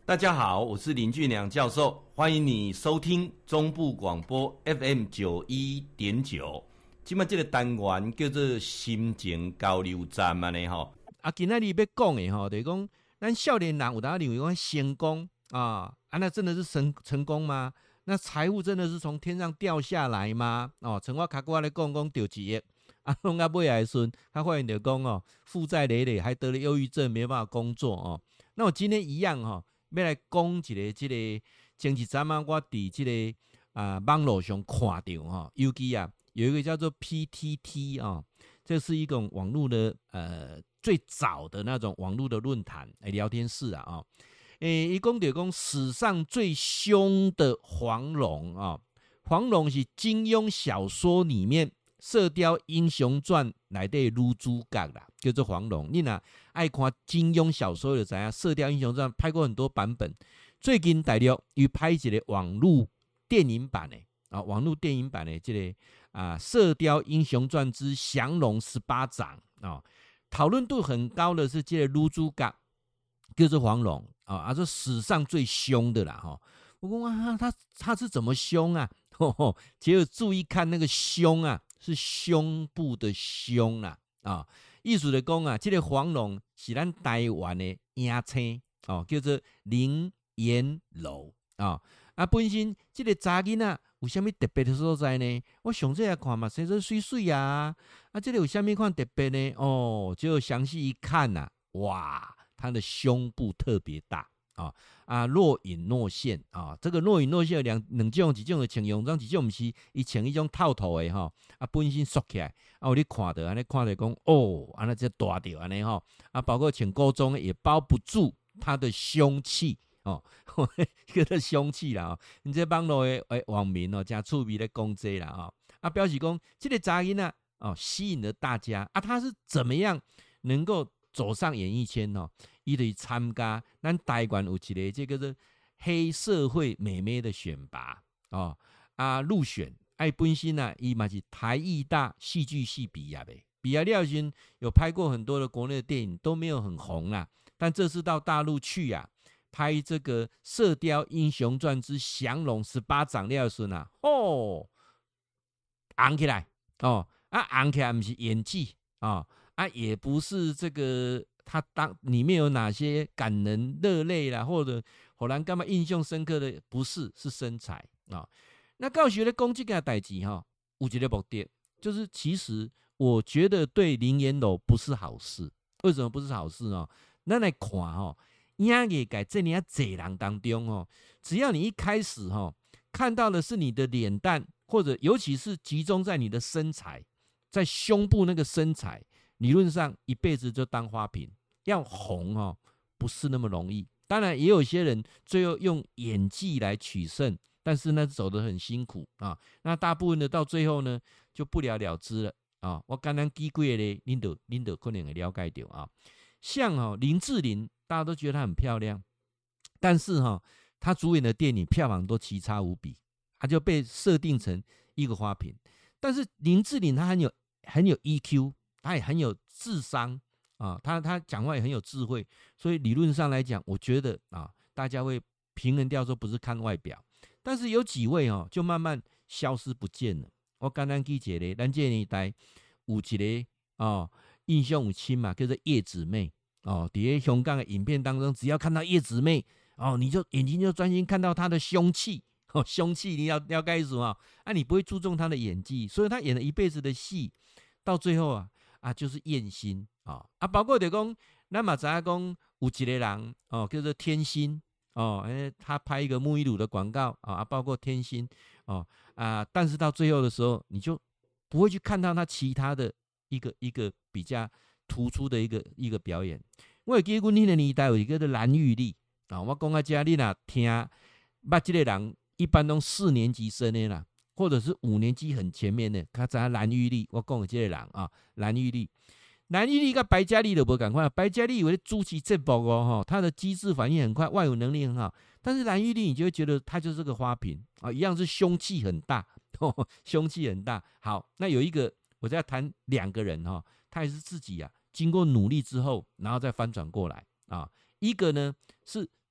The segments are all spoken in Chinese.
大家好，我是林俊良教授，欢迎你收听中部广播 FM91.9。今麦这个单元叫做心情交流站嘛呢吼。今仔日要讲的吼，就是讲咱少年人有当认为讲成功那真的是成功吗？那财富真的是从天上掉下来吗？像我卡过来讲掉1亿，弄到尾来的时候，他发现就讲负债累累，还得了忧郁症，没办法工作那我今天一样要来讲一个这个前一阵我伫这个网络上看到尤其有一个叫做 PTT 这是一种网络的最早的那种网络的论坛聊天室他讲就讲史上最凶的黄龙黄龙是金庸小说里面《射雕英雄传》内底女主角啦，叫做黄龙。你若爱看金庸小说就知道，《射雕英雄传》拍过很多版本。最近大陆又拍一个网络电影版的网络电影版的这个射雕英雄传之降龙18掌讨论度很高的是这个女主角叫做黄龙说史上最凶的啦我说他是怎么凶啊？结果注意看那个凶是胸部的凶意思就讲这个黄龙是咱台湾的影星叫做林延楼本身这个查囡仔有啥物特别的所在呢？我上这来看嘛，生得水水这个有啥物款特别呢？结果详细一看哇，他的胸部特别大若隐若现这个若隐若现有两种，一种的穿泳装，一种不是，伊穿一种套头的本身缩起来你看到安尼看到讲安尼这大条安尼包括穿高中也包不住他的凶器叫做凶器啦你这网络的网民真趣味咧讲这啦表示讲这个查囡仔吸引了大家他是怎么样能够走上演艺圈他就参加咱台湾有一个这个是黑社会美眉的选拔入选本身他也是台艺大戏剧系毕业的，毕业了时有拍过很多的国内的电影都没有很红啦，但这次到大陆去拍这个《射雕英雄传之降龙18掌》了时红起来红起来不是演技也不是这个他里面有哪些感人热泪啦，或者让人感觉印象深刻的，不是身材那教授咧讲这件代志有一个目的，就是其实我觉得对林延楼不是好事。为什么不是好事咱来看影艺界这么多人当中只要你一开始看到的是你的脸蛋，或者尤其是集中在你的身材，在胸部那个身材，理论上一辈子就当花瓶，要红不是那么容易。当然也有些人最后用演技来取胜，但是呢走得很辛苦那大部分的到最后呢就不了了之了我刚刚举几个咧，您就可能会了解到像林志玲，大家都觉得她很漂亮，但是她主演的电影票房都奇差无比，她就被设定成一个花瓶。但是林志玲她很有 EQ， 她也很有智商她讲话也很有智慧，所以理论上来讲，我觉得大家会评论掉说不是看外表。但是有几位就慢慢消失不见了。我简单举一个，咱这个年代有一个印象有深嘛，叫做叶子妹在香港的影片当中，只要看到叶子妹你就眼睛就专心看到她的凶器凶器你要了解什么你不会注重她的演技，所以她演了一辈子的戏，到最后就是艳星包括就讲咱嘛知道讲有一个人叫做天心他拍一个沐浴乳的广告包括天心但是到最后的时候，你就不会去看到他其他的一个比较突出的一个表演。我会记得我那个年代有一个叫蓝玉丽我讲到这你若听捌这个人，一般都4年级生的啦，或者是5年级很前面的，他知道蓝玉丽。我讲的这个人蓝玉丽。蓝玉丽跟白嘉莉就不同款，白嘉莉有主持节目她的机智反应很快，外语能力很好。但是蓝玉丽你就会觉得她就是个花瓶一样是凶器很大凶器很大。好，那有一个我在谈2个人他也是自己经过努力之后，然后再翻转过来一个呢是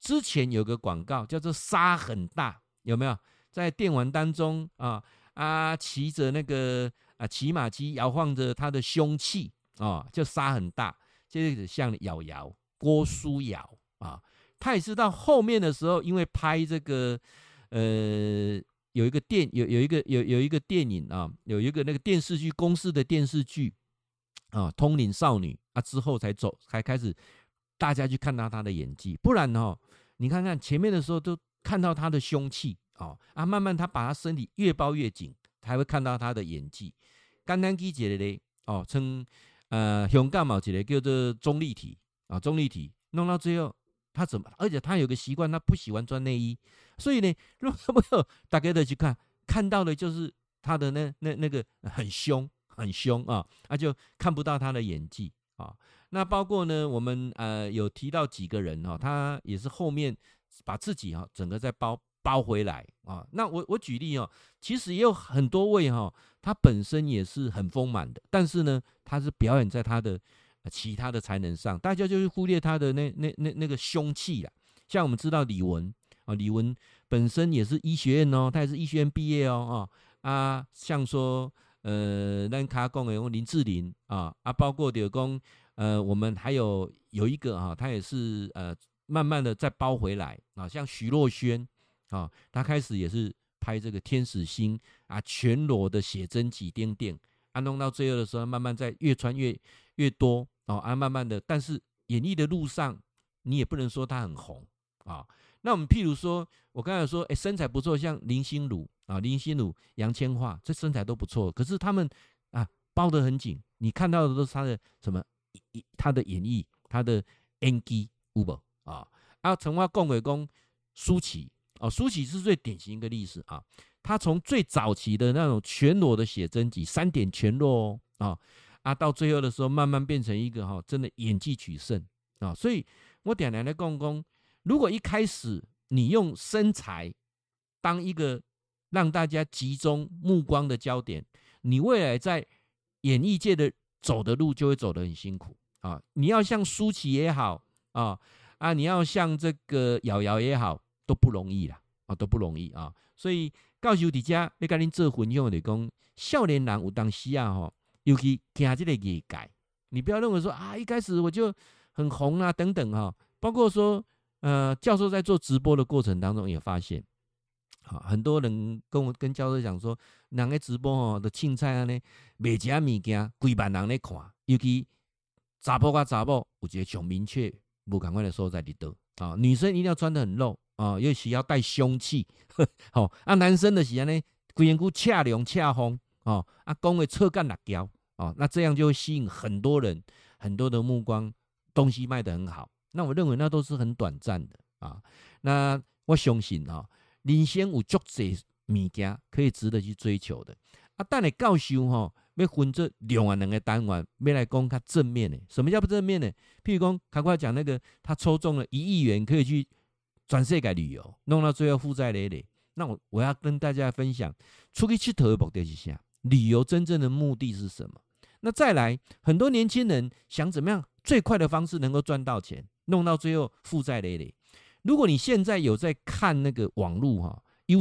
之前有个广告叫做沙很大，有没有？在电玩当中骑着那个骑马机摇晃着他的凶器就沙很大，就是像瑶瑶郭书瑶他也是到后面的时候，因为拍这个有一个电影有一个那个电视剧公视的电视剧通灵少女之后才开始大家去看到他的演技，不然你看看前面的时候都看到他的凶器慢慢他把他身体越包越紧，才会看到他的演技。简单记一个咧称香港有一个叫做钟丽缇弄到最后他而且他有个习惯，他不喜欢穿内衣，所以呢，如果大家都去看到的就是他的那个很凶就看不到他的演技那包括呢，我们有提到几个人他也是后面把自己整个再包回来那我举例其实也有很多位他本身也是很丰满的，但是呢，他是表演在他的其他的才能上，大家就是忽略他的那个凶器啦。像我们知道李玟李玟本身也是医学院他也是医学院毕业像说咱卡讲的林志玲包括就讲我们还有一个他也是慢慢的再包回来像徐若瑄他开始也是拍这个天使心全裸的写真几点点弄到最后的时候，慢慢在越穿越多慢慢的，但是演艺的路上你也不能说他很红那我们譬如说我刚才说身材不错，像林心如杨千嬅这身材都不错，可是他们包得很紧，你看到的都是他的什么他的演绎，他的演技有没有陈话讲的舒淇舒淇是最典型一个例子他从最早期的那种全裸的写真集3点全裸到最后的时候慢慢变成一个真的演技取胜所以我点来讲，如果一开始你用身材当一个让大家集中目光的焦点，你未来在演艺界的走的路就会走得很辛苦你要像舒淇也好你要像这个瑶瑶也好，都不容易啦都不容易所以教授在这要跟您做分享的讲，少年人有当时尤其走这个业界，你不要认为说一开始我就很红等等包括说教授在做直播的过程当中也发现很多人跟教授讲说，人在直播的凊彩呢卖吃物件几万人在看，尤其查甫跟查某有一个很明确不同的所在在哪女生一定要穿得很露尤其要带凶器男生的是呢规身躯恰凉恰风讲的侧干辣椒那这样就会吸引很多人很多的目光，东西卖得很好，那我认为那都是很短暂的那我相信人生有足多物件可以值得去追求的等下教授要分这2个单元要来讲较正面的。什么叫不正面呢？譬如说赶快讲那个他抽中了1亿元可以去全世界旅游，弄到最后负债累累。那我要跟大家分享出去佚佗的目的是啥？旅游真正的目的是什么？那再来，很多年轻人想怎么样最快的方式能够赚到钱，弄到最后负债累累。如果你现在有在看那个网络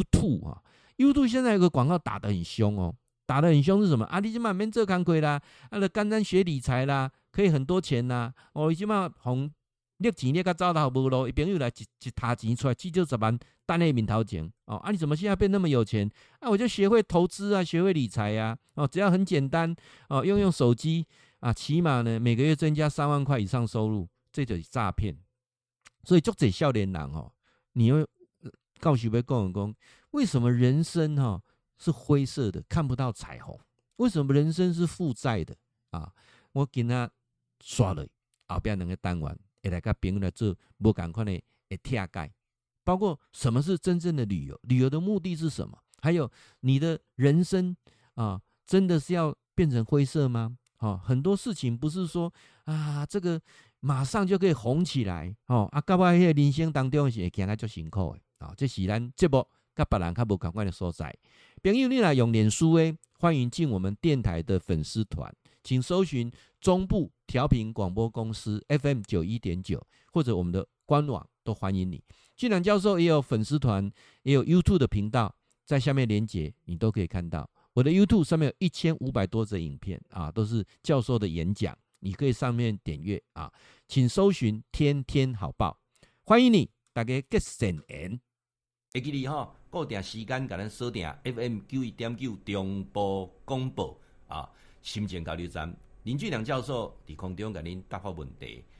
YouTube 现在有个广告打得很凶打得很凶是什么你现在免做工课啦简单学理财啦，可以很多钱啦你现在红你钱你较走投无路，朋友来一沓钱出来7、9、10万等在面头前你怎么现在变那么有钱我就学会投资学会理财只要很简单用手机起码呢每个月增加3万块以上收入，这就是诈骗。所以很多少年人你会告诉要讲为什么人生是灰色的，看不到彩虹？为什么人生是负债的我今天刷了后边2个单元会来跟朋友来做不同款的拆解，包括什么是真正的旅游，旅游的目的是什么，还有你的人生真的是要变成灰色吗？很多事情不是说这个马上就可以红起来到尾迄个人生当中是会行得很辛苦的这是咱节目跟别人较无同款的所在。朋友你若用脸书欢迎进我们电台的粉丝团，请搜寻中部调频广播公司 FM 91.9，或者我们的官网都欢迎你。俊朗教授也有粉丝团，也有 YouTube 的频道，在下面连结你都可以看到。我的 YouTube 上面有1500多则影片啊，都是教授的演讲，你可以上面点阅啊，请搜寻天天好报，欢迎你，大家结善缘。会记你哈，固定时间给咱锁定 FM 91.9中波广播啊，心情交流站，林俊良教授在空中给您答复问题。